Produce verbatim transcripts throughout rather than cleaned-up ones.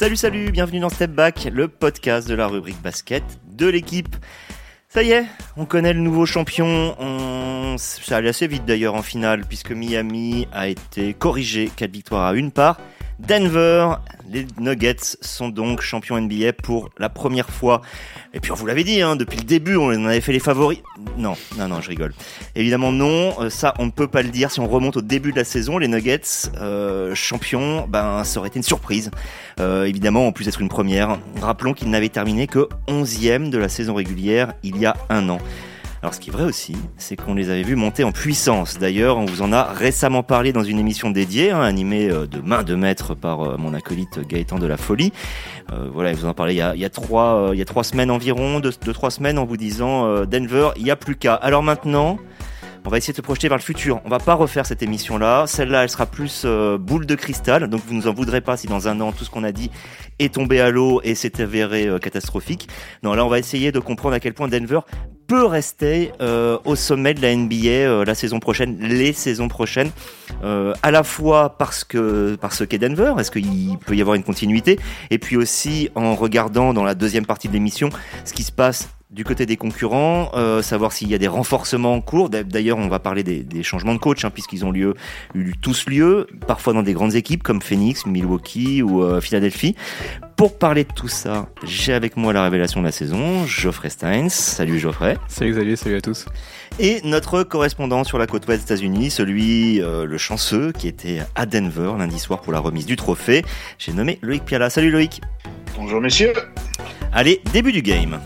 Salut, salut, bienvenue dans Step Back, le podcast de la rubrique basket de l'équipe. Ça y est, on connaît le nouveau champion. On... Ça allait assez vite d'ailleurs en finale, puisque Miami a été corrigé, quatre victoires à une part. Denver, les Nuggets sont donc champions N B A pour la première fois. Et puis on vous l'avait dit, hein, depuis le début, on en avait fait les favoris. Non, non, non, je rigole. Évidemment non, ça on ne peut pas le dire. Si on remonte au début de la saison, les Nuggets euh, champions, ben ça aurait été une surprise. Euh, évidemment, en plus d'être une première. Rappelons qu'ils n'avaient terminé que onzième de la saison régulière il y a un an. Alors ce qui est vrai aussi, c'est qu'on les avait vus monter en puissance. D'ailleurs, on vous en a récemment parlé dans une émission dédiée, hein, animée de main de maître par euh, mon acolyte Gaëtan de la Folie. Euh, voilà, il vous en parlait il y a, il y a trois, euh, il y a trois semaines environ, deux, deux trois semaines, en vous disant euh, Denver, il n'y a plus qu'à. Alors maintenant, on va essayer de se projeter vers le futur. On va pas refaire cette émission-là. Celle-là, elle sera plus euh, boule de cristal. Donc vous nous en voudrez pas si dans un an tout ce qu'on a dit est tombé à l'eau et s'est avéré euh, catastrophique. Non, là on va essayer de comprendre à quel point Denver peut rester euh, au sommet de la N B A euh, la saison prochaine, les saisons prochaines, euh, à la fois parce que parce qu'est Denver, est-ce qu'il peut y avoir une continuité, et puis aussi en regardant dans la deuxième partie de l'émission ce qui se passe du côté des concurrents, euh, savoir s'il y a des renforcements en cours. D'ailleurs, on va parler des, des changements de coach, hein, puisqu'ils ont lieu, eu tous lieu, parfois dans des grandes équipes comme Phoenix, Milwaukee ou euh, Philadelphie. Pour parler de tout ça, j'ai avec moi la révélation de la saison, Geoffrey Steins. Salut Geoffrey. Salut Xavier, salut à tous. Et notre correspondant sur la côte ouest des États-Unis, celui, euh, le chanceux, qui était à Denver lundi soir pour la remise du trophée. J'ai nommé Loïc Piala. Salut Loïc. Bonjour messieurs. Allez, début du game.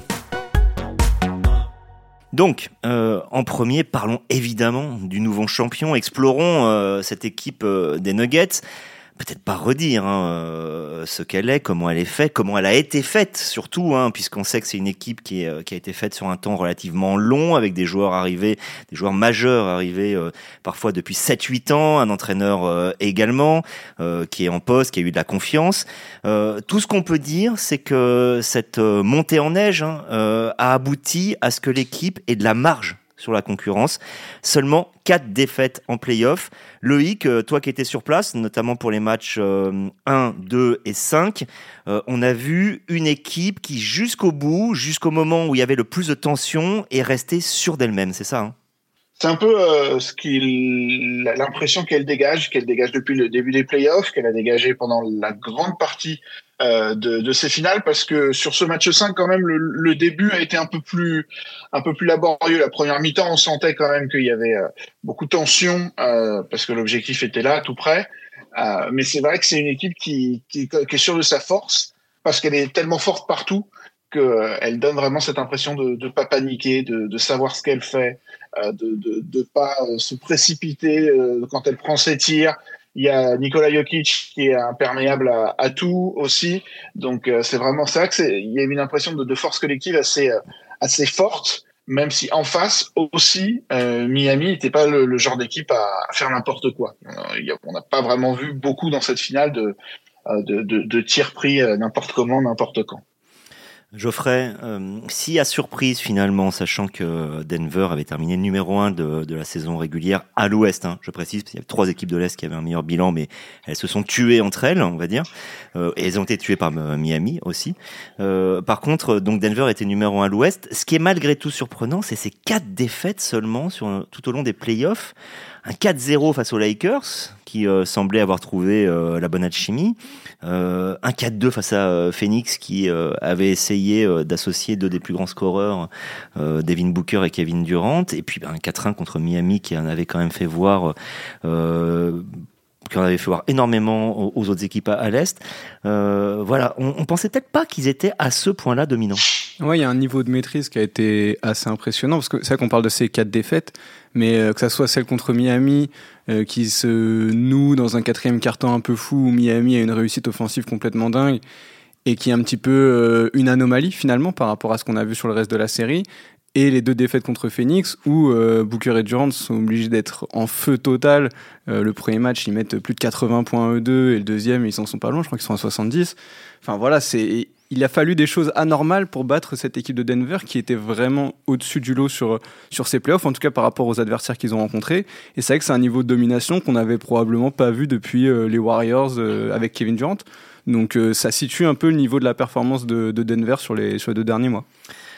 Donc, euh, en premier, parlons évidemment du nouveau champion. Explorons euh, cette équipe euh, des Nuggets. Peut-être pas redire hein, euh, ce qu'elle est, comment elle est faite, comment elle a été faite surtout, hein, puisqu'on sait que c'est une équipe qui, est, qui a été faite sur un temps relativement long, avec des joueurs arrivés, des joueurs majeurs arrivés euh, parfois depuis sept huit ans, un entraîneur euh, également, euh, qui est en poste, qui a eu de la confiance. Euh, tout ce qu'on peut dire, c'est que cette euh, montée en neige hein, euh, a abouti à ce que l'équipe ait de la marge sur la concurrence. Seulement quatre défaites en play-off. Loïc, toi qui étais sur place, notamment pour les matchs euh, un, deux et cinq, euh, on a vu une équipe qui, jusqu'au bout, jusqu'au moment où il y avait le plus de tension, est restée sûre d'elle-même, c'est ça hein? C'est un peu euh, ce qu'il, l'impression qu'elle dégage, qu'elle dégage depuis le début des playoffs, qu'elle a dégagé pendant la grande partie euh, de, de ces finales, parce que sur ce match cinq, quand même, le, le début a été un peu plus, un peu plus laborieux. La première mi-temps, on sentait quand même qu'il y avait euh, beaucoup de tension, euh, parce que l'objectif était là, tout près. Euh, mais c'est vrai que c'est une équipe qui, qui, qui est sûre de sa force, parce qu'elle est tellement forte partout qu'elle euh, donne vraiment cette impression de ne pas paniquer, de, de savoir ce qu'elle fait, euh, de de de pas euh, se précipiter euh, quand elle prend ses tirs. Il y a Nikola Jokic qui est imperméable à, à tout aussi, donc euh, c'est vraiment ça que c'est. Il y a une impression de, de force collective assez euh, assez forte, même si en face aussi euh, Miami n'était pas le, le genre d'équipe à, à faire n'importe quoi. Euh, on n'a pas vraiment vu beaucoup dans cette finale de de de, de tirs pris euh, n'importe comment, n'importe quand. Geoffrey, euh, si à surprise finalement, sachant que Denver avait terminé numéro un de, de la saison régulière à l'Ouest, hein, je précise, parce qu'il y avait trois équipes de l'Est qui avaient un meilleur bilan, mais elles se sont tuées entre elles, on va dire, euh, et elles ont été tuées par euh, Miami aussi. Euh, par contre, donc Denver était numéro un à l'Ouest. Ce qui est malgré tout surprenant, c'est ces quatre défaites seulement sur, tout au long des playoffs. Un quatre zéro face aux Lakers, qui euh, semblait avoir trouvé euh, la bonne alchimie. Euh, un quatre deux face à euh, Phoenix, qui euh, avait essayé euh, d'associer deux des plus grands scoreurs, euh, Devin Booker et Kevin Durant. Et puis ben, un quatre un contre Miami, qui en avait quand même fait voir... Euh, qui en avait fait voir énormément aux, aux autres équipes à, à l'Est. Euh, voilà, on, on pensait peut-être pas qu'ils étaient à ce point-là dominants. Ouais, il y a un niveau de maîtrise qui a été assez impressionnant, parce que c'est vrai qu'on parle de ces quatre défaites, mais euh, que ça soit celle contre Miami, euh, qui se noue dans un quatrième quart-temps un peu fou, où Miami a une réussite offensive complètement dingue, et qui est un petit peu euh, une anomalie finalement par rapport à ce qu'on a vu sur le reste de la série, et les deux défaites contre Phoenix où euh, Booker et Durant sont obligés d'être en feu total. Euh, le premier match, ils mettent plus de quatre-vingts points eux deux, et le deuxième, ils s'en sont pas loin, je crois qu'ils sont à soixante-dix. Enfin voilà, c'est... il a fallu des choses anormales pour battre cette équipe de Denver qui était vraiment au-dessus du lot sur, sur ces playoffs, en tout cas par rapport aux adversaires qu'ils ont rencontrés. Et c'est vrai que c'est un niveau de domination qu'on n'avait probablement pas vu depuis euh, les Warriors euh, avec Kevin Durant. Donc euh, ça situe un peu le niveau de la performance de, de Denver sur les, sur les deux derniers mois.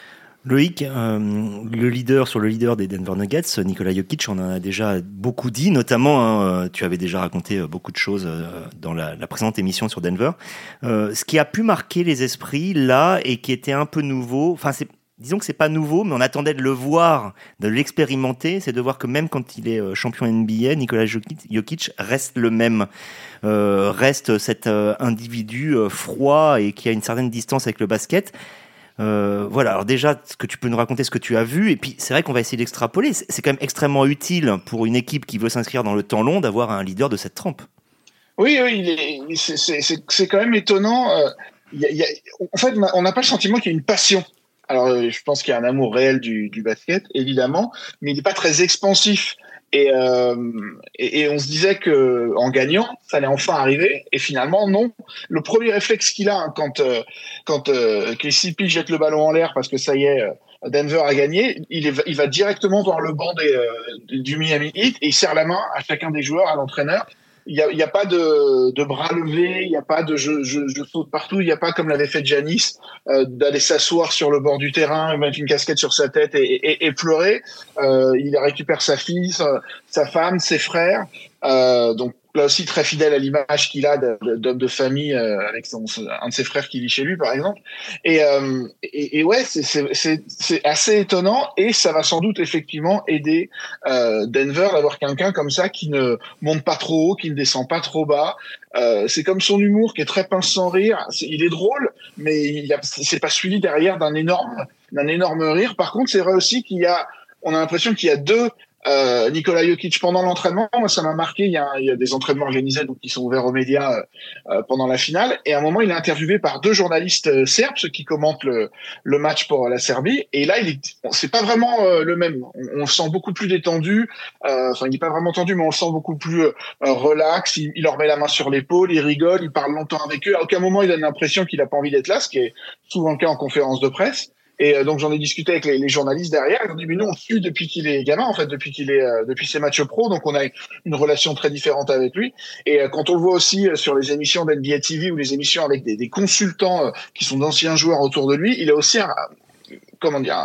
Loïc, euh, le leader sur le leader des Denver Nuggets, Nikola Jokic, on en a déjà beaucoup dit, notamment, hein, tu avais déjà raconté beaucoup de choses dans la, la présente émission sur Denver. Euh, ce qui a pu marquer les esprits là et qui était un peu nouveau, enfin c'est disons que c'est pas nouveau, mais on attendait de le voir, de l'expérimenter, c'est de voir que même quand il est champion N B A, Nikola Jokic reste le même, euh, reste cet euh, individu euh, froid et qui a une certaine distance avec le basket. Euh, voilà, alors déjà, ce que tu peux nous raconter, ce que tu as vu, et puis c'est vrai qu'on va essayer d'extrapoler, c'est, c'est quand même extrêmement utile pour une équipe qui veut s'inscrire dans le temps long d'avoir un leader de cette trempe. Oui, oui, il est, c'est, c'est, c'est, c'est quand même étonnant. Euh, il y a, il y a, en fait, on n'a pas le sentiment qu'il y a une passion. Alors, je pense qu'il y a un amour réel du, du basket, évidemment, mais il n'est pas très expansif. Et, euh, et, et on se disait que en gagnant, ça allait enfin arriver. Et finalement, non. Le premier réflexe qu'il a hein, quand euh, quand euh, K C P jette le ballon en l'air parce que ça y est, Denver a gagné, il, est, il va directement voir le banc des, euh, du Miami Heat et il serre la main à chacun des joueurs, à l'entraîneur. Il y a, il y a pas de, de bras levés, il y a pas de je, je, je saute partout, il y a pas comme l'avait fait Giannis euh, d'aller s'asseoir sur le bord du terrain, mettre une casquette sur sa tête et, et, et pleurer. Euh, il récupère sa fille, sa, sa femme, ses frères. Euh, donc là aussi très fidèle à l'image qu'il a d'homme de famille euh, avec son, un de ses frères qui vit chez lui par exemple. Et, euh, et, et ouais, c'est, c'est, c'est, c'est assez étonnant et ça va sans doute effectivement aider euh, Denver d'avoir quelqu'un comme ça qui ne monte pas trop haut, qui ne descend pas trop bas. Euh, c'est comme son humour qui est très pince sans rire. C'est, il est drôle, mais il y a, c'est pas suivi derrière d'un énorme, d'un énorme rire. Par contre, c'est vrai aussi qu'il y a, on a l'impression qu'il y a deux Euh, Nikola Jokic pendant l'entraînement. Moi, ça m'a marqué. Il y a, il y a des entraînements organisés donc qui sont ouverts aux médias euh, pendant la finale. Et à un moment, il est interviewé par deux journalistes euh, serbes, ceux qui commentent le, le match pour la Serbie. Et là, il est, bon, c'est pas vraiment euh, le même. On, on le sent beaucoup plus détendu. Euh, enfin, il est pas vraiment tendu, mais on le sent beaucoup plus euh, relax. Il, il leur met la main sur l'épaule, il rigole, il parle longtemps avec eux. À aucun moment, il a l'impression qu'il a pas envie d'être là, ce qui est souvent le cas en conférence de presse. Et euh, donc j'en ai discuté avec les, les journalistes derrière. Ils ont dit mais nous on le suit depuis qu'il est gamin en fait, depuis qu'il est euh, depuis ses matchs pro. Donc on a une relation très différente avec lui. Et euh, quand on le voit aussi euh, sur les émissions d'N B A T V ou les émissions avec des, des consultants euh, qui sont d'anciens joueurs autour de lui, il a aussi un comment dire,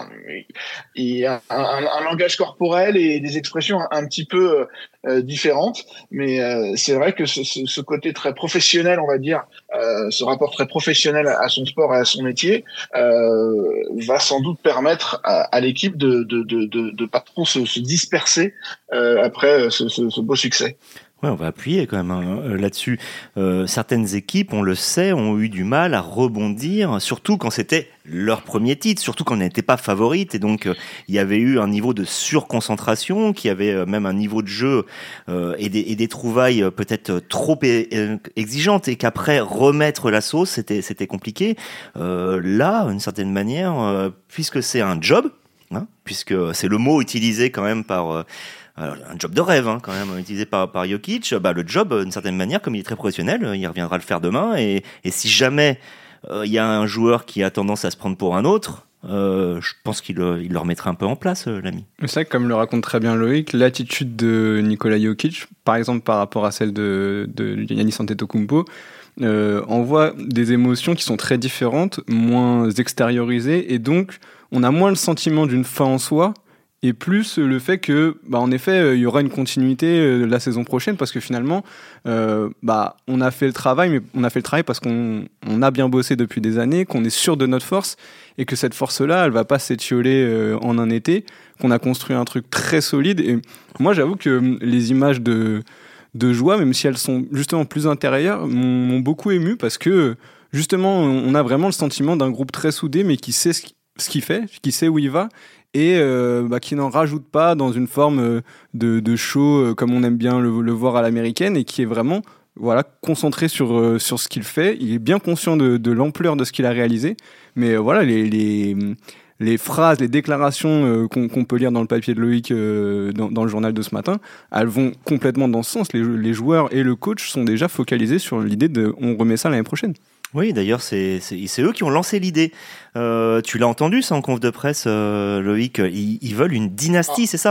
il y a un, un, un langage corporel et des expressions un, un petit peu euh, différentes, mais euh, c'est vrai que ce, ce, ce côté très professionnel, on va dire, euh, ce rapport très professionnel à, à son sport et à son métier, euh, va sans doute permettre à, à l'équipe de de de de, de pas trop se, se disperser euh, après ce, ce, ce beau succès. Ouais, on va appuyer quand même hein, là-dessus. Euh, certaines équipes, on le sait, ont eu du mal à rebondir, surtout quand c'était leur premier titre, surtout quand on n'était pas favorite. Et donc, euh, il y avait eu un niveau de surconcentration, qui avait euh, même un niveau de jeu euh, et, des, et des trouvailles euh, peut-être trop é- exigeantes, et qu'après, remettre la sauce, c'était, c'était compliqué. Euh, là, d'une certaine manière, euh, puisque c'est un job, hein, puisque c'est le mot utilisé quand même par... Euh, Alors, un job de rêve, hein, quand même, utilisé par, par Jokic. Bah, le job, d'une certaine manière, comme il est très professionnel, il reviendra le faire demain. Et, et si jamais il euh, y a un joueur qui a tendance à se prendre pour un autre, euh, je pense qu'il il le remettra un peu en place, euh, l'ami. C'est vrai que, comme le raconte très bien Loïc, l'attitude de Nikola Jokic, par exemple par rapport à celle de, de Giannis Antetokounmpo, euh, envoie des émotions qui sont très différentes, moins extériorisées, et donc on a moins le sentiment d'une fin en soi, et plus le fait que, bah, en effet, il y aura une continuité euh, la saison prochaine, parce que finalement, euh, bah, on a fait le travail, mais on a fait le travail parce qu'on on a bien bossé depuis des années, qu'on est sûr de notre force, et que cette force-là, elle va pas s'étioler euh, en un été, qu'on a construit un truc très solide. Et moi, j'avoue que les images de, de joie, même si elles sont justement plus intérieures, m'ont, m'ont beaucoup ému, parce que justement, on a vraiment le sentiment d'un groupe très soudé, mais qui sait ce, ce qu'il fait, qui sait où il va, et euh, bah, qui n'en rajoute pas dans une forme de, de show euh, comme on aime bien le, le voir à l'américaine, et qui est vraiment voilà, concentré sur, euh, sur ce qu'il fait. Il est bien conscient de, de l'ampleur de ce qu'il a réalisé, mais euh, voilà, les, les, les phrases, les déclarations euh, qu'on, qu'on peut lire dans le papier de Loïc euh, dans, dans le journal de ce matin, elles vont complètement dans ce sens. Les, les joueurs et le coach sont déjà focalisés sur l'idée de on remet ça l'année prochaine. Oui, d'ailleurs, c'est, c'est, c'est eux qui ont lancé l'idée. Euh, tu l'as entendu, ça, en conf de presse, euh, Loïc, ils, ils veulent une dynastie, ah. c'est ça ?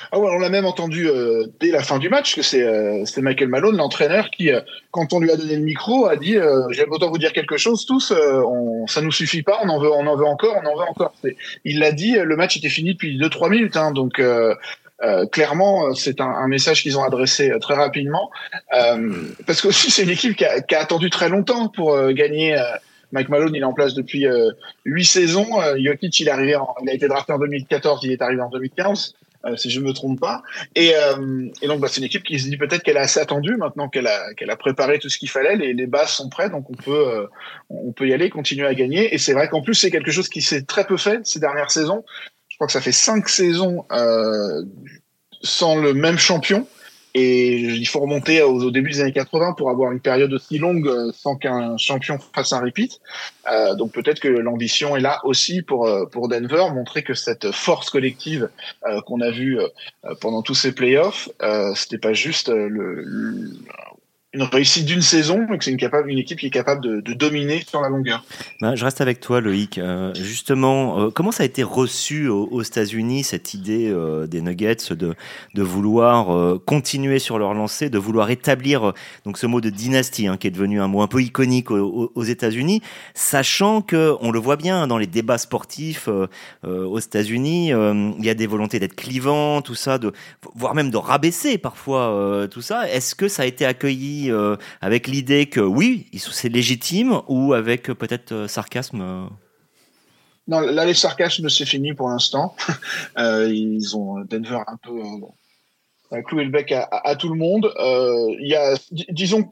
Ah ouais, on l'a même entendu euh, dès la fin du match que c'est euh, c'est Michael Malone, l'entraîneur, qui, euh, quand on lui a donné le micro, a dit euh, j'aime autant vous dire quelque chose tous, euh, on, ça nous suffit pas, on en veut, on en veut encore, on en veut encore. C'est, il l'a dit, le match était fini depuis deux trois minutes, hein, donc. Euh, Euh, clairement, c'est un, un message qu'ils ont adressé euh, très rapidement, euh, parce que aussi c'est une équipe qui a, qui a attendu très longtemps pour euh, gagner. Euh, Mike Malone, il est en place depuis euh, huit saisons. Euh, Jokic, il est arrivé, en, il a été drafté en deux mille quatorze, il est arrivé en deux mille quinze, euh, si je me trompe pas. Et, euh, et donc, bah, c'est une équipe qui se dit peut-être qu'elle a assez attendu maintenant qu'elle a qu'elle a préparé tout ce qu'il fallait. Les, les bases sont prêtes, donc on peut euh, on peut y aller, continuer à gagner. Et c'est vrai qu'en plus, c'est quelque chose qui s'est très peu fait ces dernières saisons. Je crois que ça fait cinq saisons euh, sans le même champion. Et il faut remonter au, au début des années quatre-vingts pour avoir une période aussi longue euh, sans qu'un champion fasse un repeat. Euh, donc peut-être que l'ambition est là aussi pour pour Denver, montrer que cette force collective euh, qu'on a vue euh, pendant tous ces playoffs, euh, c'était pas juste euh, le, le une réussite d'une saison, mais que c'est une, capable, une équipe qui est capable de, de dominer sur la longueur. Ben, je reste avec toi, Loïc. Euh, justement, euh, comment ça a été reçu aux, aux États-Unis, cette idée euh, des Nuggets de, de vouloir euh, continuer sur leur lancée, de vouloir établir euh, donc ce mot de dynastie, hein, qui est devenu un mot un peu iconique aux, aux États-Unis, sachant que on le voit bien dans les débats sportifs euh, euh, aux États-Unis, euh, il y a des volontés d'être clivant, tout ça, de voire même de rabaisser parfois euh, tout ça. Est-ce que ça a été accueilli Euh, avec l'idée que oui, c'est légitime, ou avec euh, peut-être euh, sarcasme euh... Non, là, les sarcasmes, c'est fini pour l'instant. euh, ils ont Denver un peu euh, cloué le bec à, à, à tout le monde. Euh, il y a, d- disons,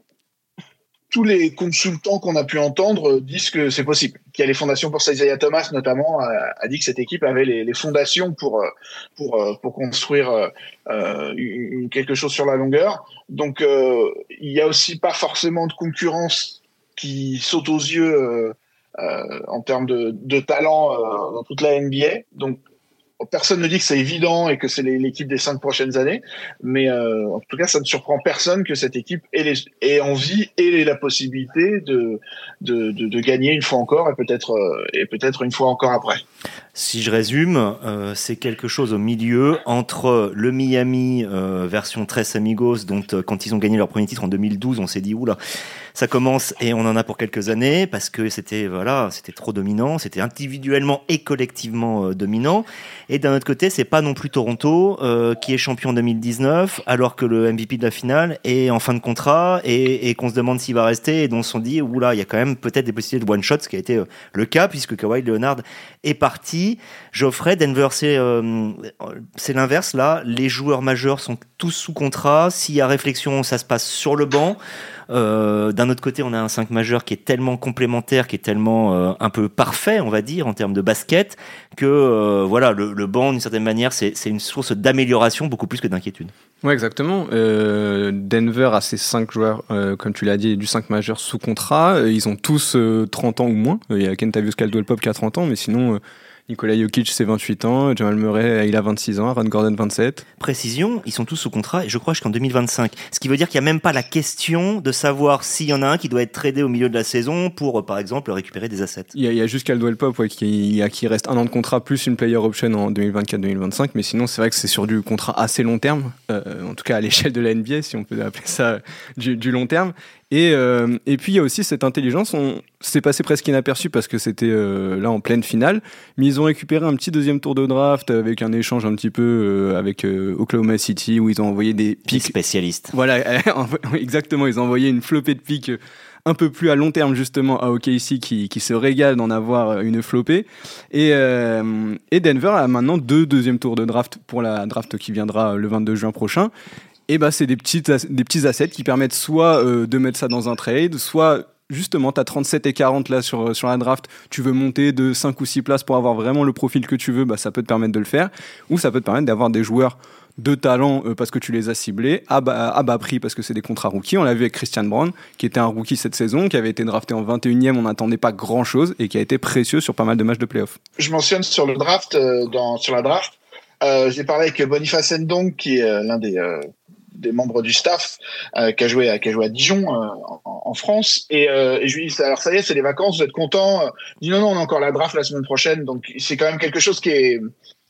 tous les consultants qu'on a pu entendre disent que c'est possible. Qu'il y a les fondations pour ça. Isaiah Thomas, notamment, a, a dit que cette équipe avait les, les fondations pour pour pour construire euh, une, quelque chose sur la longueur. Donc, euh, il y a aussi pas forcément de concurrence qui saute aux yeux euh, euh, en termes de, de talent euh, dans toute la N B A. Donc, personne ne dit que c'est évident et que c'est l'équipe des cinq prochaines années, mais euh, en tout cas, ça ne surprend personne que cette équipe ait, les, ait envie et la possibilité de, de, de, de gagner une fois encore et peut-être euh, et peut-être une fois encore après. Si je résume, euh, c'est quelque chose au milieu entre le Miami euh, version Tres Amigos, dont euh, quand ils ont gagné leur premier titre en deux mille douze, on s'est dit oula, ça commence et on en a pour quelques années parce que c'était voilà, c'était trop dominant, c'était individuellement et collectivement euh, dominant. Et d'un autre côté, c'est pas non plus Toronto euh, qui est champion en deux mille dix-neuf, alors que le M V P de la finale est en fin de contrat et, et qu'on se demande s'il va rester et dont on se dit oula, il y a quand même peut-être des possibilités de one shot, ce qui a été euh, le cas puisque Kawhi Leonard est parti. Geoffrey, Denver, c'est euh, c'est l'inverse là. Les joueurs majeurs sont tous sous contrat. S'il y a réflexion, ça se passe sur le banc. Euh, d'un autre côté, on a un cinq majeur qui est tellement complémentaire, qui est tellement euh, un peu parfait, on va dire, en termes de basket, que euh, voilà, le, le banc, d'une certaine manière, c'est, c'est une source d'amélioration beaucoup plus que d'inquiétude. Ouais, exactement. Euh, Denver a ses cinq joueurs, euh, comme tu l'as dit, du cinq majeur sous contrat. Ils ont tous euh, trente ans ou moins. Il y a Kentavious Caldwell-Pope qui a trente ans, mais sinon... Euh, Nikola Jokic, c'est vingt-huit ans, Jamal Murray, il a vingt-six ans, Aaron Gordon, vingt-sept. Précision, ils sont tous sous contrat, et je crois jusqu'en deux mille vingt-cinq. Ce qui veut dire qu'il n'y a même pas la question de savoir s'il y en a un qui doit être tradé au milieu de la saison pour, par exemple, récupérer des assets. Il y a, il y a juste Caldwell Pope ouais, qui, qui reste un an de contrat plus une player option en deux mille vingt-quatre deux mille vingt-cinq, mais sinon c'est vrai que c'est sur du contrat assez long terme, euh, en tout cas à l'échelle de la N B A, si on peut appeler ça du, du long terme. Et, euh, et puis il y a aussi cette intelligence, on c'est passé presque inaperçu parce que c'était euh, là en pleine finale, mais ils ont récupéré un petit deuxième tour de draft avec un échange un petit peu euh, avec euh, Oklahoma City où ils ont envoyé des pics. Des spécialistes. Voilà, exactement, ils ont envoyé une flopée de pics un peu plus à long terme justement à O K C qui, qui se régale d'en avoir une flopée. Et, euh, et Denver a maintenant deux deuxièmes tours de draft pour la draft qui viendra le vingt-deux juin prochain. Et bah c'est des petits, des petits assets qui permettent soit euh, de mettre ça dans un trade, soit justement t'as trente-sept et quarante là sur, sur la draft, tu veux monter de cinq ou six places pour avoir vraiment le profil que tu veux, bah ça peut te permettre de le faire, ou ça peut te permettre d'avoir des joueurs de talent euh, parce que tu les as ciblés, à bas, à bas prix parce que c'est des contrats rookies. On l'a vu avec Christian Brown, qui était un rookie cette saison, qui avait été drafté en vingt et unième, on n'attendait pas grand chose, et qui a été précieux sur pas mal de matchs de playoff. Je mentionne sur le draft, euh, dans, sur la draft, euh, j'ai parlé avec Boniface Ndong, qui est euh, l'un des... Euh, des membres du staff euh, qui a joué à qui a joué à Dijon euh, en, en France et, euh, et je lui dis alors ça y est c'est les vacances, vous êtes content? Il dit non non on a encore la draft la semaine prochaine, donc c'est quand même quelque chose qui est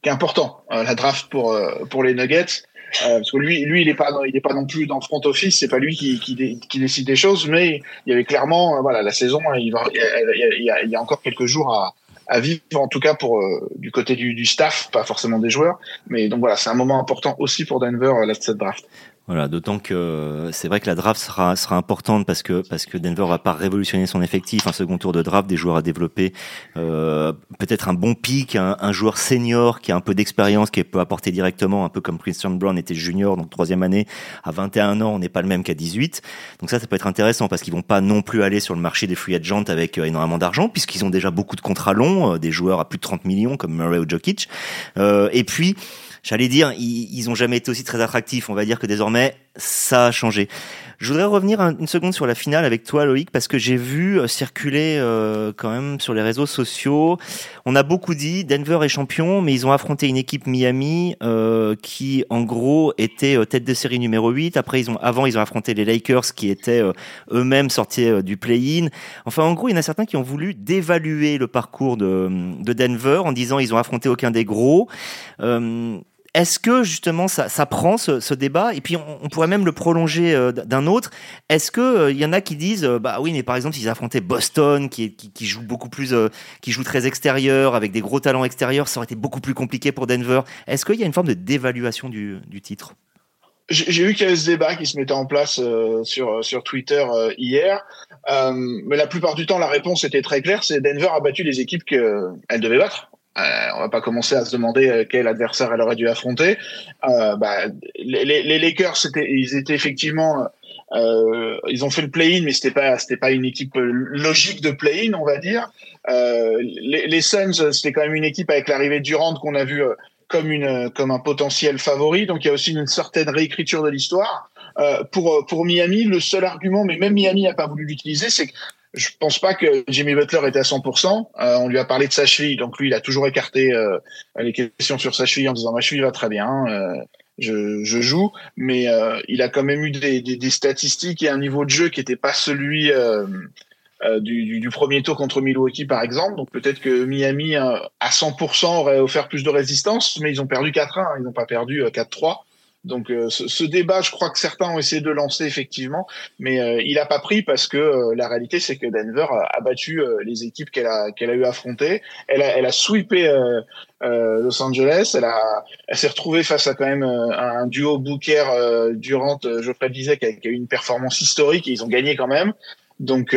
qui est important, euh, la draft pour euh, pour les Nuggets. Euh, parce que lui, lui, il est pas, il est pas non plus dans le front office. C'est pas lui qui, qui, dé, qui décide des choses, mais il y avait clairement, euh, voilà, la saison, il va, il y a, il y a, il y a encore quelques jours à, à vivre, en tout cas pour euh, du côté du, du staff, pas forcément des joueurs. Mais donc voilà, c'est un moment important aussi pour Denver euh, là, cette draft. Voilà, d'autant que c'est vrai que la draft sera sera importante parce que parce que Denver va pas révolutionner son effectif. Un second tour de draft, des joueurs à développer, euh, peut-être un bon pick, un, un joueur senior qui a un peu d'expérience, qui peut apporter directement, un peu comme Christian Brown était junior, donc troisième année, à vingt et un ans, on n'est pas le même qu'à dix-huit. Donc ça, ça peut être intéressant parce qu'ils vont pas non plus aller sur le marché des free agents avec énormément d'argent, puisqu'ils ont déjà beaucoup de contrats longs, des joueurs à plus de trente millions comme Murray ou Jokic. Euh, et puis J'allais dire, ils, ils ont jamais été aussi très attractifs. On va dire que désormais, ça a changé. Je voudrais revenir un, une seconde sur la finale avec toi, Loïc, parce que j'ai vu euh, circuler euh, quand même sur les réseaux sociaux. On a beaucoup dit Denver est champion, mais ils ont affronté une équipe Miami euh, qui, en gros, était euh, tête de série numéro huit. Après, ils ont, avant, ils ont affronté les Lakers qui étaient euh, eux-mêmes sortis euh, du play-in. Enfin, en gros, il y en a certains qui ont voulu dévaluer le parcours de, de Denver en disant ils ont affronté aucun des gros. Euh, Est-ce que justement ça, ça prend ce, ce débat et puis on, on pourrait même le prolonger euh, d'un autre. Est-ce que euh, il y en a qui disent euh, bah oui mais par exemple s'ils affrontaient Boston qui, qui, qui joue beaucoup plus, euh, qui joue très extérieur avec des gros talents extérieurs, ça aurait été beaucoup plus compliqué pour Denver. Est-ce qu'il y a une forme de dévaluation du, du titre? J'ai, j'ai vu qu'il y avait ce débat qui se mettait en place euh, sur sur Twitter euh, hier, euh, mais la plupart du temps la réponse était très claire, c'est Denver a battu les équipes qu'elle devait battre. Euh, on va pas commencer à se demander quel adversaire elle aurait dû affronter. Euh, bah, les, les Lakers, c'était, ils étaient effectivement, euh, ils ont fait le play-in, mais c'était pas, c'était pas une équipe logique de play-in, on va dire. Euh, les, les Suns, c'était quand même une équipe avec l'arrivée de Durant qu'on a vu comme une, comme un potentiel favori. Donc il y a aussi une certaine réécriture de l'histoire. Euh, pour pour Miami, le seul argument, mais même Miami n'a pas voulu l'utiliser, c'est que je pense pas que Jimmy Butler était à cent pour cent. Euh, on lui a parlé de sa cheville, donc lui, il a toujours écarté euh, les questions sur sa cheville en disant ma cheville va très bien, euh, je, je joue, mais euh, il a quand même eu des, des, des statistiques et un niveau de jeu qui n'était pas celui euh, euh, du, du, du premier tour contre Milwaukee par exemple. Donc peut-être que Miami euh, à cent pour cent aurait offert plus de résistance, mais ils ont perdu quatre un, hein, ils n'ont pas perdu euh, quatre trois. Donc euh, ce, ce débat, je crois que certains ont essayé de lancer effectivement, mais euh, il a pas pris parce que euh, la réalité c'est que Denver a, a battu euh, les équipes qu'elle a qu'elle a eu à affronter. Elle a elle a sweepé euh, euh, Los Angeles. Elle a elle s'est retrouvée face à quand même euh, un duo Booker euh, Durant euh, Geoffrey disait qui a, qui a eu une performance historique et ils ont gagné quand même. Donc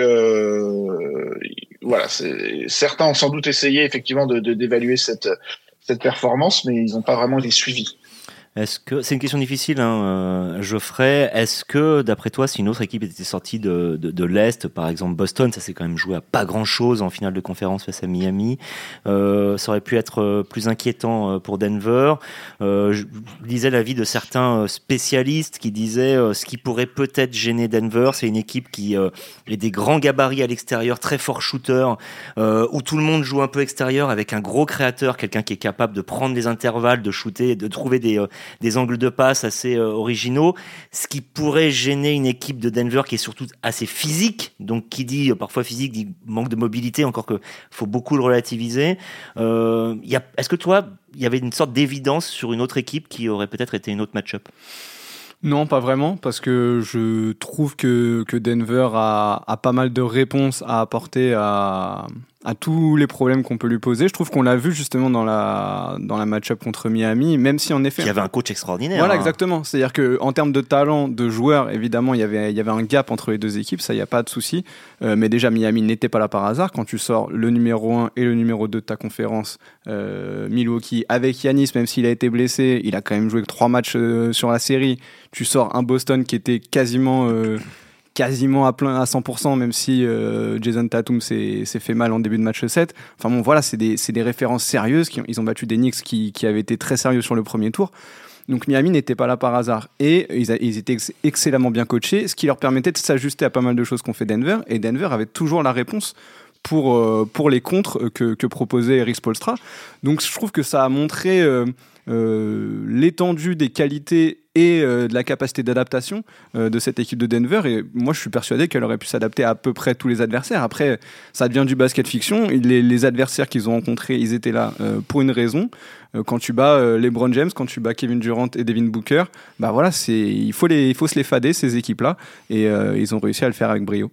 euh, voilà, c'est, certains ont sans doute essayé effectivement de, de d'évaluer cette cette performance, mais ils n'ont pas vraiment été suivis. Est-ce que c'est une question difficile, hein, euh, Geoffrey. Est-ce que, d'après toi, si une autre équipe était sortie de, de, de l'Est, par exemple Boston, ça s'est quand même joué à pas grand-chose en finale de conférence face à Miami, euh, ça aurait pu être plus inquiétant pour Denver. Euh, je lisais l'avis de certains spécialistes qui disaient euh, ce qui pourrait peut-être gêner Denver, c'est une équipe qui euh, est des grands gabarits à l'extérieur, très fort shooter, euh, où tout le monde joue un peu extérieur avec un gros créateur, quelqu'un qui est capable de prendre les intervalles, de shooter, de trouver des euh, des angles de passe assez euh, originaux, ce qui pourrait gêner une équipe de Denver qui est surtout assez physique, donc qui dit euh, parfois physique dit manque de mobilité, encore que faut beaucoup le relativiser. Euh, y a, est-ce que toi, il y avait une sorte d'évidence sur une autre équipe qui aurait peut-être été une autre match-up? Non, pas vraiment, parce que je trouve que, que Denver a, a pas mal de réponses à apporter à, à tous les problèmes qu'on peut lui poser. Je trouve qu'on l'a vu justement dans la, dans la match-up contre Miami, même si en effet... Il y avait un coach extraordinaire. Voilà, hein. exactement. C'est-à-dire qu'en termes de talent, de joueurs, évidemment, il y avait, il y avait un gap entre les deux équipes, ça, il n'y a pas de souci. Euh, mais déjà, Miami n'était pas là par hasard. Quand tu sors le numéro un et le numéro deux de ta conférence, euh, Milwaukee, avec Giannis, même s'il a été blessé, il a quand même joué trois matchs euh, sur la série. Tu sors un Boston qui était quasiment... Euh, quasiment à plein à cent pour cent, même si euh, Jason Tatum s'est, s'est fait mal en début de match sept. Enfin bon, voilà, c'est des, c'est des références sérieuses. Qui ont, ils ont battu des Knicks qui, qui avaient été très sérieux sur le premier tour. Donc Miami n'était pas là par hasard. Et ils, a, ils étaient ex- excellemment bien coachés, ce qui leur permettait de s'ajuster à pas mal de choses qu'ont fait Denver. Et Denver avait toujours la réponse pour, euh, pour les contres que, que proposait Erik Spoelstra. Donc je trouve que ça a montré euh, euh, l'étendue des qualités et euh, de la capacité d'adaptation euh, de cette équipe de Denver. Et moi, je suis persuadé qu'elle aurait pu s'adapter à, à peu près tous les adversaires. Après, ça devient du basket fiction. Les, les adversaires qu'ils ont rencontrés, ils étaient là euh, pour une raison. Euh, quand tu bats euh, LeBron James, quand tu bats Kevin Durant et Devin Booker, bah voilà, c'est, il faut les, il faut se les fader, ces équipes-là. Et euh, ils ont réussi à le faire avec brio.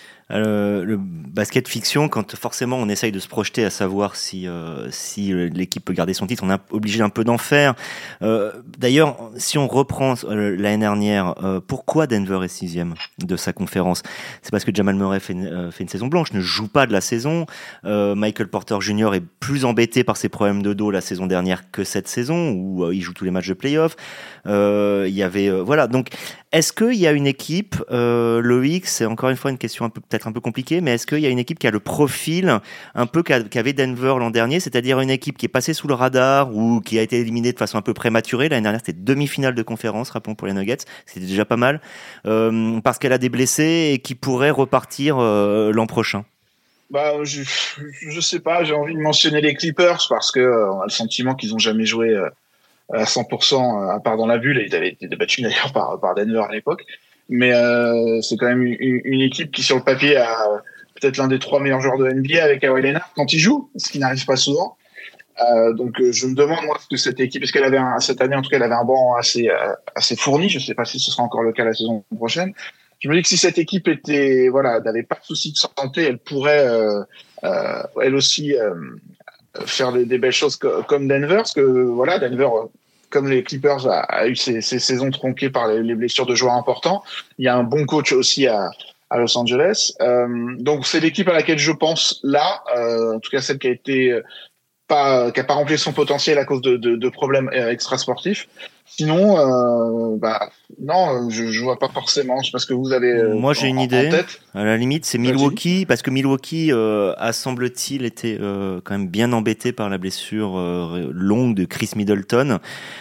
Euh, le basket fiction, quand forcément on essaye de se projeter à savoir si euh, si l'équipe peut garder son titre, on est obligé un peu d'en faire. Euh, d'ailleurs, si on reprend euh, l'année dernière, euh, pourquoi Denver est sixième de sa conférence ? C'est parce que Jamal Murray fait une, euh, fait une saison blanche, ne joue pas de la saison. Euh, Michael Porter Junior est plus embêté par ses problèmes de dos la saison dernière que cette saison où euh, il joue tous les matchs de play-off. Euh, il y avait euh, voilà. Donc, est-ce qu'il y a une équipe, euh, Loïc, c'est encore une fois une question un peu peut-être un peu compliquée, mais est-ce qu'il y a une équipe qui a le profil un peu qu'avait Denver l'an dernier, c'est-à-dire une équipe qui est passée sous le radar ou qui a été éliminée de façon un peu prématurée. L'année dernière, c'était demi-finale de conférence, rappelons pour les Nuggets, c'était déjà pas mal, euh, parce qu'elle a des blessés et qui pourrait repartir euh, l'an prochain. Bah, je, je sais pas, j'ai envie de mentionner les Clippers parce que euh, on a le sentiment qu'ils ont jamais joué euh, à cent pour cent à part dans la bulle, et ils avaient été battus d'ailleurs par, par Denver à l'époque. Mais euh, c'est quand même une, une équipe qui, sur le papier, a peut-être l'un des trois meilleurs joueurs de N B A avec Kawhi Leonard quand il joue, ce qui n'arrive pas souvent. Euh, donc, je me demande, moi, que cette équipe, est-ce qu'elle avait un, cette année, en tout cas, elle avait un banc assez, euh, assez fourni. Je ne sais pas si ce sera encore le cas la saison prochaine. Je me dis que si cette équipe était, voilà, n'avait pas de soucis de santé, elle pourrait, euh, euh, elle aussi, euh, faire des, des belles choses co- comme Denver, parce que, voilà, Denver, comme les Clippers, a, a eu ces, ces saisons tronquées par les, les blessures de joueurs importants. Il y a un bon coach aussi à, à Los Angeles. Euh, donc, c'est l'équipe à laquelle je pense là, euh, en tout cas celle qui a été pas, qui a pas rempli son potentiel à cause de, de, de problèmes extrasportifs. Sinon, euh, bah non, je, je vois pas forcément. Je sais pas ce que vous avez. Euh, Moi, j'ai en, une idée. En tête. À la limite, c'est Milwaukee, parce que Milwaukee euh, a semble-t-il été euh, quand même bien embêté par la blessure euh, longue de Chris Middleton.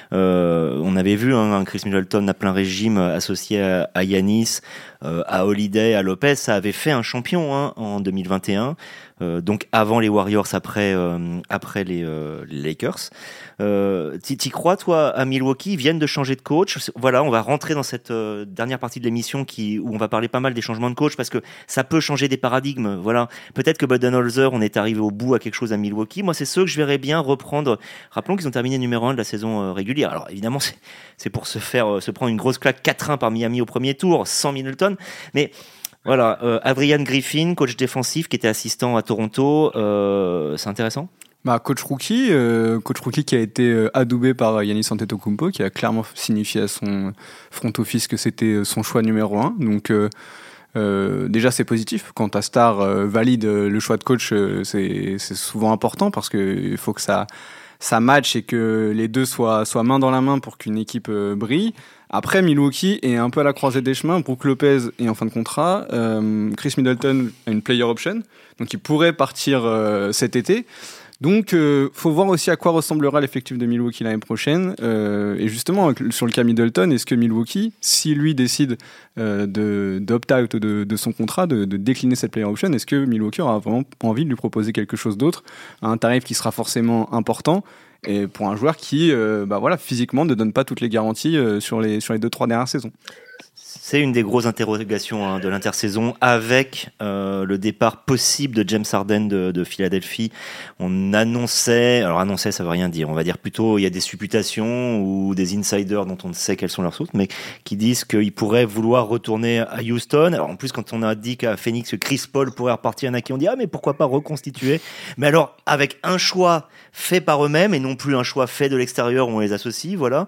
Euh, on avait vu hein, Chris Middleton à plein régime associé à, à Giannis, euh, à Holiday, à Lopez. Ça avait fait un champion hein, en deux mille vingt et un. Euh, donc avant les Warriors, après euh, après les, euh, les Lakers. Euh, t'y, t'y crois toi à Milwaukee? Ils viennent de changer de coach. Voilà, on va rentrer dans cette euh, dernière partie de l'émission qui où on va parler pas mal des changements de coach parce que ça peut changer des paradigmes. Voilà, peut-être que Budenholzer, on est arrivé au bout à quelque chose à Milwaukee. Moi, c'est ceux que je verrais bien reprendre. Rappelons qu'ils ont terminé numéro un de la saison euh, régulière. Alors évidemment, c'est, c'est pour se faire euh, se prendre une grosse claque quatre un par Miami au premier tour, sans Middleton, mais voilà, euh, Adrian Griffin, coach défensif qui était assistant à Toronto, euh, c'est intéressant. Bah, coach rookie, euh, coach rookie qui a été euh, adoubé par Giannis Antetokounmpo, qui a clairement signifié à son front office que c'était son choix numéro un. Donc euh, euh, déjà c'est positif. Quand ta star euh, valide le choix de coach, euh, c'est, c'est souvent important parce qu'il faut que ça ça match et que les deux soient soient main dans la main pour qu'une équipe euh, brille. Après, Milwaukee est un peu à la croisée des chemins. Brook Lopez est en fin de contrat. Euh, Chris Middleton a une player option, donc il pourrait partir euh, cet été. Donc, euh, faut voir aussi à quoi ressemblera l'effectif de Milwaukee l'année prochaine. Euh, et justement, sur le cas Middleton, est-ce que Milwaukee, si lui décide euh, de, d'opt-out de, de son contrat, de, de décliner cette player option, est-ce que Milwaukee aura vraiment envie de lui proposer quelque chose d'autre, à un tarif qui sera forcément important, et pour un joueur qui, euh, bah voilà, physiquement ne donne pas toutes les garanties euh, sur les sur les deux trois dernières saisons. C'est une des grosses interrogations hein, de l'intersaison avec euh, le départ possible de James Harden de, de Philadelphie. On annonçait, alors annonçait ça veut rien dire, on va dire plutôt il y a des supputations ou des insiders dont on ne sait quelles sont leurs sources, mais qui disent qu'il pourrait vouloir retourner à Houston. Alors en plus quand on a dit qu'à Phoenix Chris Paul pourrait repartir, il y en a qui ont dit ah mais pourquoi pas reconstituer. Mais alors avec un choix fait par eux-mêmes et non plus un choix fait de l'extérieur où on les associe, voilà.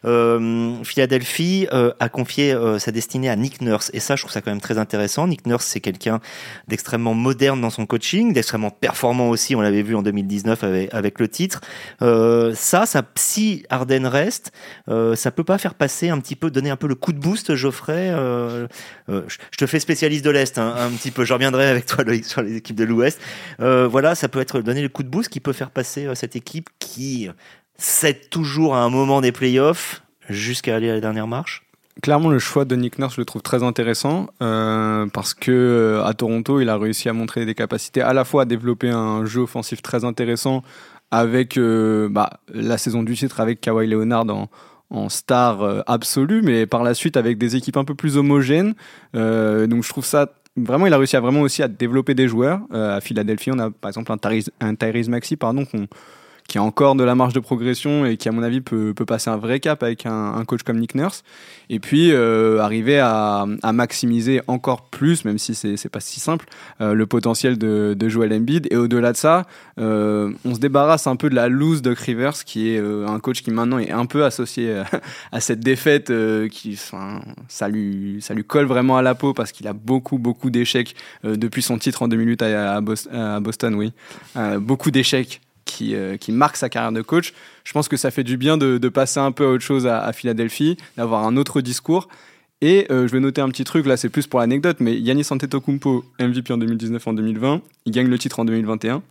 Euh, Philadelphie euh, a confié euh, sa destinée à Nick Nurse et ça je trouve ça quand même très intéressant. Nick Nurse c'est quelqu'un d'extrêmement moderne dans son coaching, d'extrêmement performant aussi, on l'avait vu en deux mille dix-neuf avec, avec le titre. Euh, ça, ça, si Harden reste, euh, ça peut pas faire passer un petit peu, donner un peu le coup de boost, Geoffrey. Euh, euh, je, je te fais spécialiste de l'Est, hein, un petit peu. Je reviendrai avec toi, Loïc, sur les équipes de l'Ouest. Euh, voilà, ça peut être donner le coup de boost qui peut faire passer euh, cette équipe qui cède toujours à un moment des playoffs jusqu'à aller à la dernière marche. Clairement, le choix de Nick Nurse, je le trouve très intéressant euh, parce que euh, à Toronto, il a réussi à montrer des capacités à la fois à développer un jeu offensif très intéressant avec euh, bah, la saison du titre avec Kawhi Leonard en, en star euh, absolue, mais par la suite avec des équipes un peu plus homogènes. Euh, donc je trouve ça vraiment, il a réussi à vraiment aussi à développer des joueurs. Euh, à Philadelphie, on a par exemple un Tyrese, un Tyrese Maxey, pardon, qu'on qui a encore de la marge de progression et qui, à mon avis, peut, peut passer un vrai cap avec un, un coach comme Nick Nurse. Et puis, euh, arriver à, à maximiser encore plus, même si c'est, c'est pas si simple, euh, le potentiel de, de Joel Embiid. Et au-delà de ça, euh, on se débarrasse un peu de la loose Doc Rivers, qui est euh, un coach qui maintenant est un peu associé à, à cette défaite, euh, qui, enfin, ça lui, ça lui colle vraiment à la peau parce qu'il a beaucoup, beaucoup d'échecs euh, depuis son titre en deux mille huit à, à, Boston, à Boston, oui. Euh, beaucoup d'échecs. Qui, euh, qui marque sa carrière de coach. Je pense que ça fait du bien de, de passer un peu à autre chose à, à Philadelphie, d'avoir un autre discours. Et euh, je vais noter un petit truc, là c'est plus pour l'anecdote, mais Giannis Antetokounmpo, M V P en deux mille dix-neuf, en deux mille vingt, il gagne le titre en deux mille vingt et un.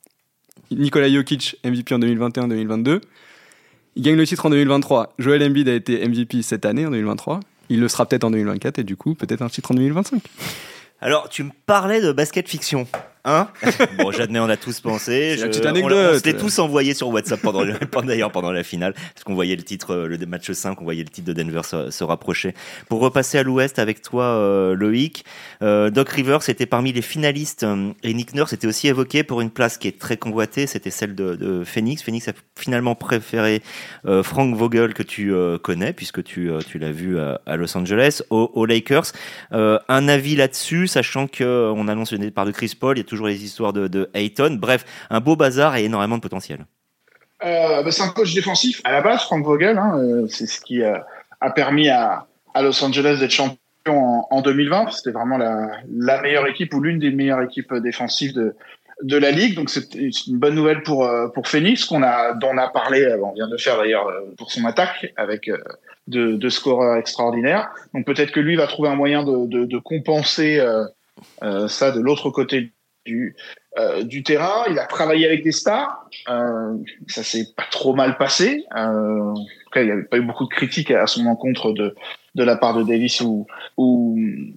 Nikola Jokic, M V P en deux mille vingt et un deux mille vingt-deux. Il gagne le titre en deux mille vingt-trois. Joel Embiid a été M V P cette année, en deux mille vingt-trois. Il le sera peut-être en deux mille vingt-quatre, et du coup, peut-être un titre en deux mille vingt-cinq. Alors, tu me parlais de basket fiction, hein? Bon, j'admets, on a tous pensé. C'est Je, la petite on, anecdote. on se l'est tous envoyé sur WhatsApp pendant, le, pendant, d'ailleurs pendant la finale, parce qu'on voyait le titre, le match cinq, on voyait le titre de Denver se, se rapprocher. Pour repasser à l'Ouest avec toi, euh, Loïc, euh, Doc Rivers était parmi les finalistes, euh, et Nick Nurse était aussi évoqué pour une place qui est très convoitée, c'était celle de, de Phoenix. Phoenix a finalement préféré euh, Frank Vogel, que tu euh, connais, puisque tu, euh, tu l'as vu à, à Los Angeles, aux, aux Lakers. Euh, un avis là-dessus, sachant que on annonce le départ de Chris Paul, il y a toujours les histoires de, de Ayton. Bref, un beau bazar et énormément de potentiel. Euh, bah, c'est un coach défensif à la base, Frank Vogel. Hein, euh, c'est ce qui euh, a permis à, à Los Angeles d'être champion en, en deux mille vingt. C'était vraiment la, la meilleure équipe ou l'une des meilleures équipes défensives de, de la ligue. Donc c'est, c'est une bonne nouvelle pour pour Phoenix, qu'on a dont on a parlé. On vient de le faire d'ailleurs pour son attaque avec euh, de, de scoreurs extraordinaires. Donc peut-être que lui va trouver un moyen de, de, de compenser euh, euh, ça de l'autre côté du euh, du terrain. Il a travaillé avec des stars, euh, ça s'est pas trop mal passé. Euh, en tout cas, il n'y avait pas eu beaucoup de critiques à son encontre de de la part de Davis ou ou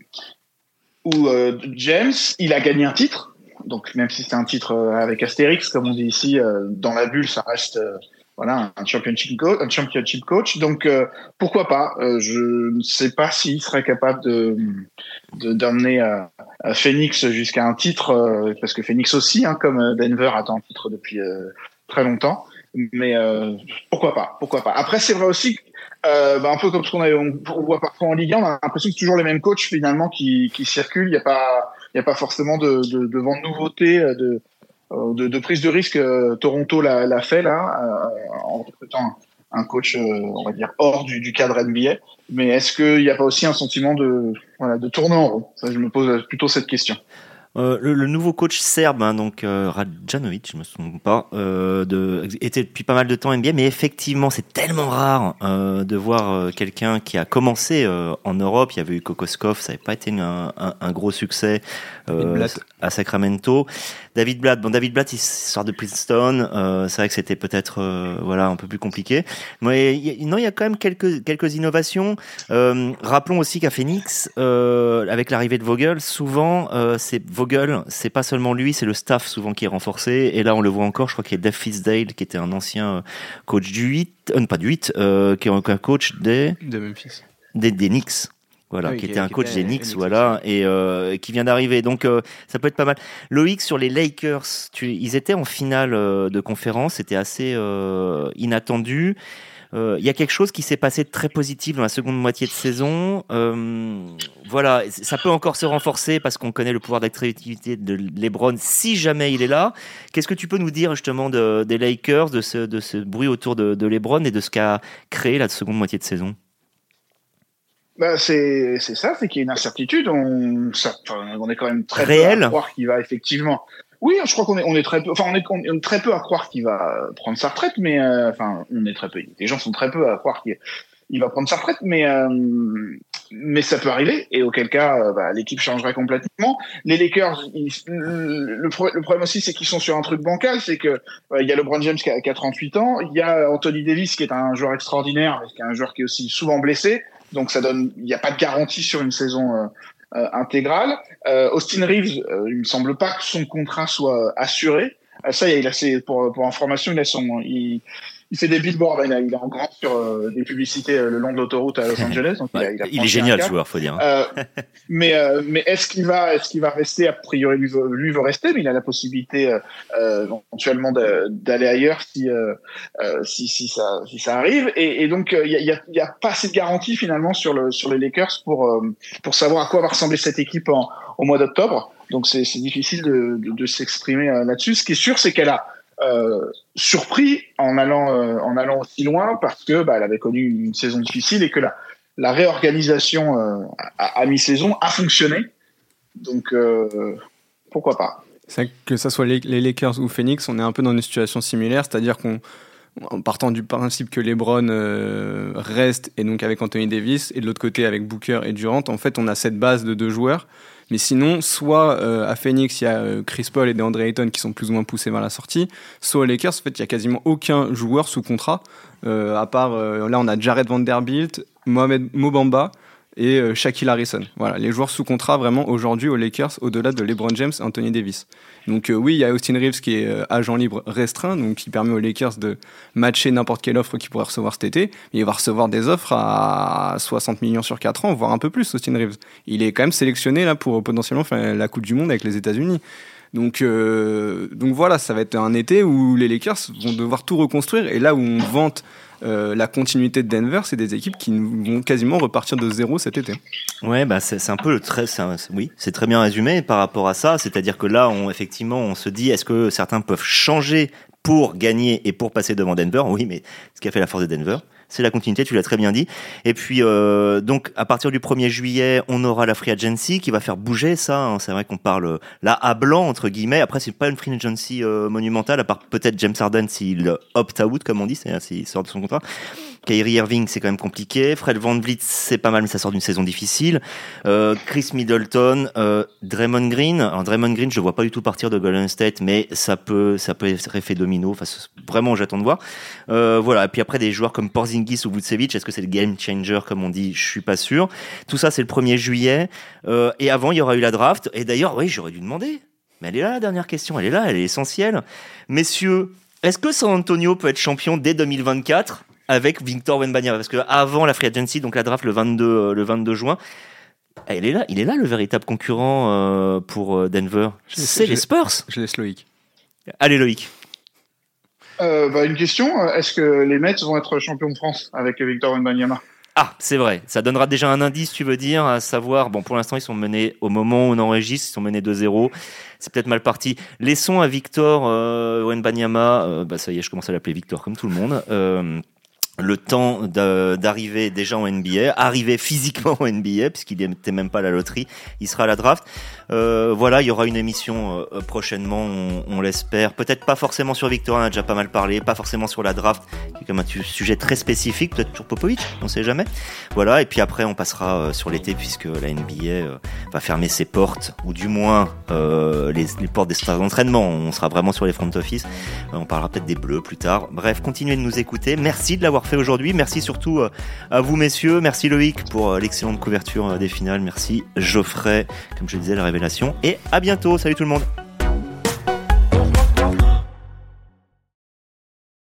ou euh, James. Il a gagné un titre, donc même si c'est un titre avec Astérix, comme on dit ici, euh, dans la bulle, ça reste euh, voilà un championship coach, un championship coach. Donc euh, pourquoi pas. Euh, je ne sais pas s'il serait capable de, de d'emmener à, à Phoenix jusqu'à un titre, euh, parce que Phoenix aussi, hein, comme Denver, attend un titre depuis euh, très longtemps. Mais euh, pourquoi pas, pourquoi pas. Après, c'est vrai aussi, euh, bah, un peu comme ce qu'on a, on, on voit parfois en Ligue un, on a l'impression que c'est toujours les mêmes coachs finalement qui, qui circulent. Il n'y a pas, il y a pas forcément de, de, de vent de nouveauté, de De, de prise de risque. euh, Toronto l'a, l'a fait là, euh, en recrutant un, un coach, euh, on va dire hors du, du cadre N B A. Mais est-ce qu'il n'y a pas aussi un sentiment de, voilà, de tourner en rond? Ça, je me pose plutôt cette question. Euh, le, le nouveau coach serbe, hein, donc euh, Radjanovic, je me souviens pas, euh, de, était depuis pas mal de temps N B A, mais effectivement, c'est tellement rare euh, de voir euh, quelqu'un qui a commencé euh, en Europe. Il y avait eu Kokoskov, ça n'avait pas été un, un, un gros succès euh, à Sacramento. David Blatt, bon David Blatt, il sort de Princeton. Euh, c'est vrai que c'était peut-être euh, voilà un peu plus compliqué. Mais y, non, il y a quand même quelques quelques innovations. Euh, rappelons aussi qu'à Phoenix, euh, avec l'arrivée de Vogel, souvent euh, c'est Vogel, c'est pas seulement lui, c'est le staff souvent qui est renforcé. Et là, on le voit encore. Je crois qu'il y a Dave Fizdale qui était un ancien coach du huit, euh, pas du huit, euh, qui est un coach des de Memphis, des, des Knicks. Voilà, ah oui, qui était un coach des Knicks, voilà, et euh, qui vient d'arriver. Donc, euh, ça peut être pas mal. Loïc, sur les Lakers, tu, ils étaient en finale euh, de conférence, c'était assez euh, inattendu. Il euh, y a quelque chose qui s'est passé de très positif dans la seconde moitié de saison. Euh, voilà, ça peut encore se renforcer parce qu'on connaît le pouvoir d'attractivité de LeBron si jamais il est là. Qu'est-ce que tu peux nous dire justement de, des Lakers, de ce, de ce bruit autour de, de LeBron et de ce qu'a créé la seconde moitié de saison? Bah c'est c'est ça, c'est qu'il y a une incertitude. On ça, on est quand même très réel peu à croire qu'il va effectivement. Oui, je crois qu'on est on est très peu. Enfin, on est, on est très peu à croire qu'il va prendre sa retraite, mais euh, enfin, on est très peu. Les gens sont très peu à croire qu'il il va prendre sa retraite, mais euh, mais ça peut arriver. Et auquel cas, euh, bah, l'équipe changerait complètement. Les Lakers, ils, le, le problème aussi, c'est qu'ils sont sur un truc bancal, c'est que euh, il y a LeBron James qui a, qui a trente-huit ans, il y a Anthony Davis qui est un joueur extraordinaire, mais qui est un joueur qui est aussi souvent blessé. Donc ça donne, il n'y a pas de garantie sur une saison euh, euh, intégrale. Euh, Austin Reeves, euh, il me semble pas que son contrat soit assuré. Euh, ça, il a ses, pour pour information, il a son, il, il fait des billboards. Il, a, il est en grand sur euh, des publicités euh, le long de l'autoroute à Los Angeles. Donc ouais, il, a, il, a il est génial, ce joueur, faut dire. Euh, mais euh, mais est-ce qu'il va est-ce qu'il va rester? A priori, lui veut, lui veut rester, mais il a la possibilité euh, éventuellement de, d'aller ailleurs si euh, euh, si si ça si ça arrive. Et, et donc il y a il y a, y a pas assez de garantie finalement sur le sur les Lakers pour euh, pour savoir à quoi va ressembler cette équipe en, au mois d'octobre. Donc c'est c'est difficile de de, de s'exprimer euh, là-dessus. Ce qui est sûr, c'est qu'elle a Euh, surpris en allant euh, en allant aussi loin parce que bah, elle avait connu une saison difficile et que la la réorganisation euh, à, à mi-saison a fonctionné. Donc euh, pourquoi pas. C'est vrai que ça soit les, les Lakers ou Phoenix, on est un peu dans une situation similaire, c'est-à-dire qu'on en partant du principe que LeBron euh, reste et donc avec Anthony Davis et de l'autre côté avec Booker et Durant, en fait on a cette base de deux joueurs. Mais sinon, soit euh, à Phoenix, il y a euh, Chris Paul et DeAndre Ayton qui sont plus ou moins poussés vers la sortie, soit aux Lakers, en fait, il y a quasiment aucun joueur sous contrat, euh, à part, euh, là, on a Jared Vanderbilt, Mohamed Mobamba et euh, Shaquille Harrison. Voilà, les joueurs sous contrat, vraiment, aujourd'hui, aux Lakers, au-delà de LeBron James et Anthony Davis. Donc euh, oui, il y a Austin Reeves qui est euh, agent libre restreint, donc qui permet aux Lakers de matcher n'importe quelle offre qu'il pourrait recevoir cet été, mais il va recevoir des offres à soixante millions sur quatre ans, voire un peu plus, Austin Reeves. Il est quand même sélectionné là pour potentiellement faire la Coupe du Monde avec les États-Unis. Donc, euh, donc voilà, ça va être un été où les Lakers vont devoir tout reconstruire, et là où on vante Euh, la continuité de Denver, c'est des équipes qui vont quasiment repartir de zéro cet été. Ouais, bah c'est, c'est un peu le très, c'est un, c'est, oui, c'est très bien résumé par rapport à ça. C'est-à-dire que là, on effectivement, on se dit, est-ce que certains peuvent changer pour gagner et pour passer devant Denver? Oui, mais ce qui a fait la force de Denver, c'est la continuité, tu l'as très bien dit. Et puis, euh, donc, à partir du premier juillet, on aura la free agency qui va faire bouger ça. Hein. C'est vrai qu'on parle là à blanc, entre guillemets. Après, c'est pas une free agency euh, monumentale, à part peut-être James Harden s'il opt-out, comme on dit, c'est-à-dire s'il sort de son contrat. Kyrie Irving, c'est quand même compliqué. Fred VanVleet, c'est pas mal, mais ça sort d'une saison difficile. Euh, Chris Middleton, euh, Draymond Green. Alors, Draymond Green, je le vois pas du tout partir de Golden State, mais ça peut, ça peut être effet domino. Enfin, vraiment, j'attends de voir. Euh, voilà. Et puis après, des joueurs comme Porzingis ou Vucevic, est-ce que c'est le game changer, comme on dit? Je suis pas sûr. Tout ça, c'est le premier juillet. Euh, et avant, il y aura eu la draft. Et d'ailleurs, oui, j'aurais dû demander. Mais elle est là, la dernière question. Elle est là, elle est essentielle. Messieurs, est-ce que San Antonio peut être champion dès deux mille vingt-quatre? Avec Victor Wembanyama, parce que avant la free agency, donc la draft le vingt-deux, le vingt-deux juin, il est là, il est là le véritable concurrent euh, pour Denver. Je C'est laisse, les Spurs. Je laisse Loïc. Allez Loïc. Euh, bah, une question, est-ce que les Mets vont être champions de France avec Victor Wembanyama? Ah, c'est vrai. Ça donnera déjà un indice, tu veux dire, à savoir, bon, pour l'instant, ils sont menés, au moment où on enregistre, ils sont menés deux zéro. C'est peut-être mal parti. Laissons à Victor euh, Wembanyama, euh, bah, ça y est, je commence à l'appeler Victor comme tout le monde, euh, le temps de, d'arriver déjà en N B A, arriver physiquement en N B A, puisqu'il n'était même pas à la loterie, il sera à la draft. Euh, voilà, il y aura une émission euh, prochainement, on, on l'espère. Peut-être pas forcément sur Victor, on a déjà pas mal parlé, pas forcément sur la draft, qui est comme un tu- sujet très spécifique, peut-être sur Popovic, on sait jamais. Voilà, et puis après on passera euh, sur l'été, puisque la N B A euh, va fermer ses portes, ou du moins euh, les, les portes des stades d'entraînement. On sera vraiment sur les front office. Euh, on parlera peut-être des Bleus plus tard. Bref, continuez de nous écouter. Merci de l'avoir fait aujourd'hui. Merci surtout euh, à vous messieurs. Merci Loïc pour euh, l'excellente couverture euh, des finales. Merci Geoffrey, comme je disais, la révélation. Et à bientôt. Salut tout le monde.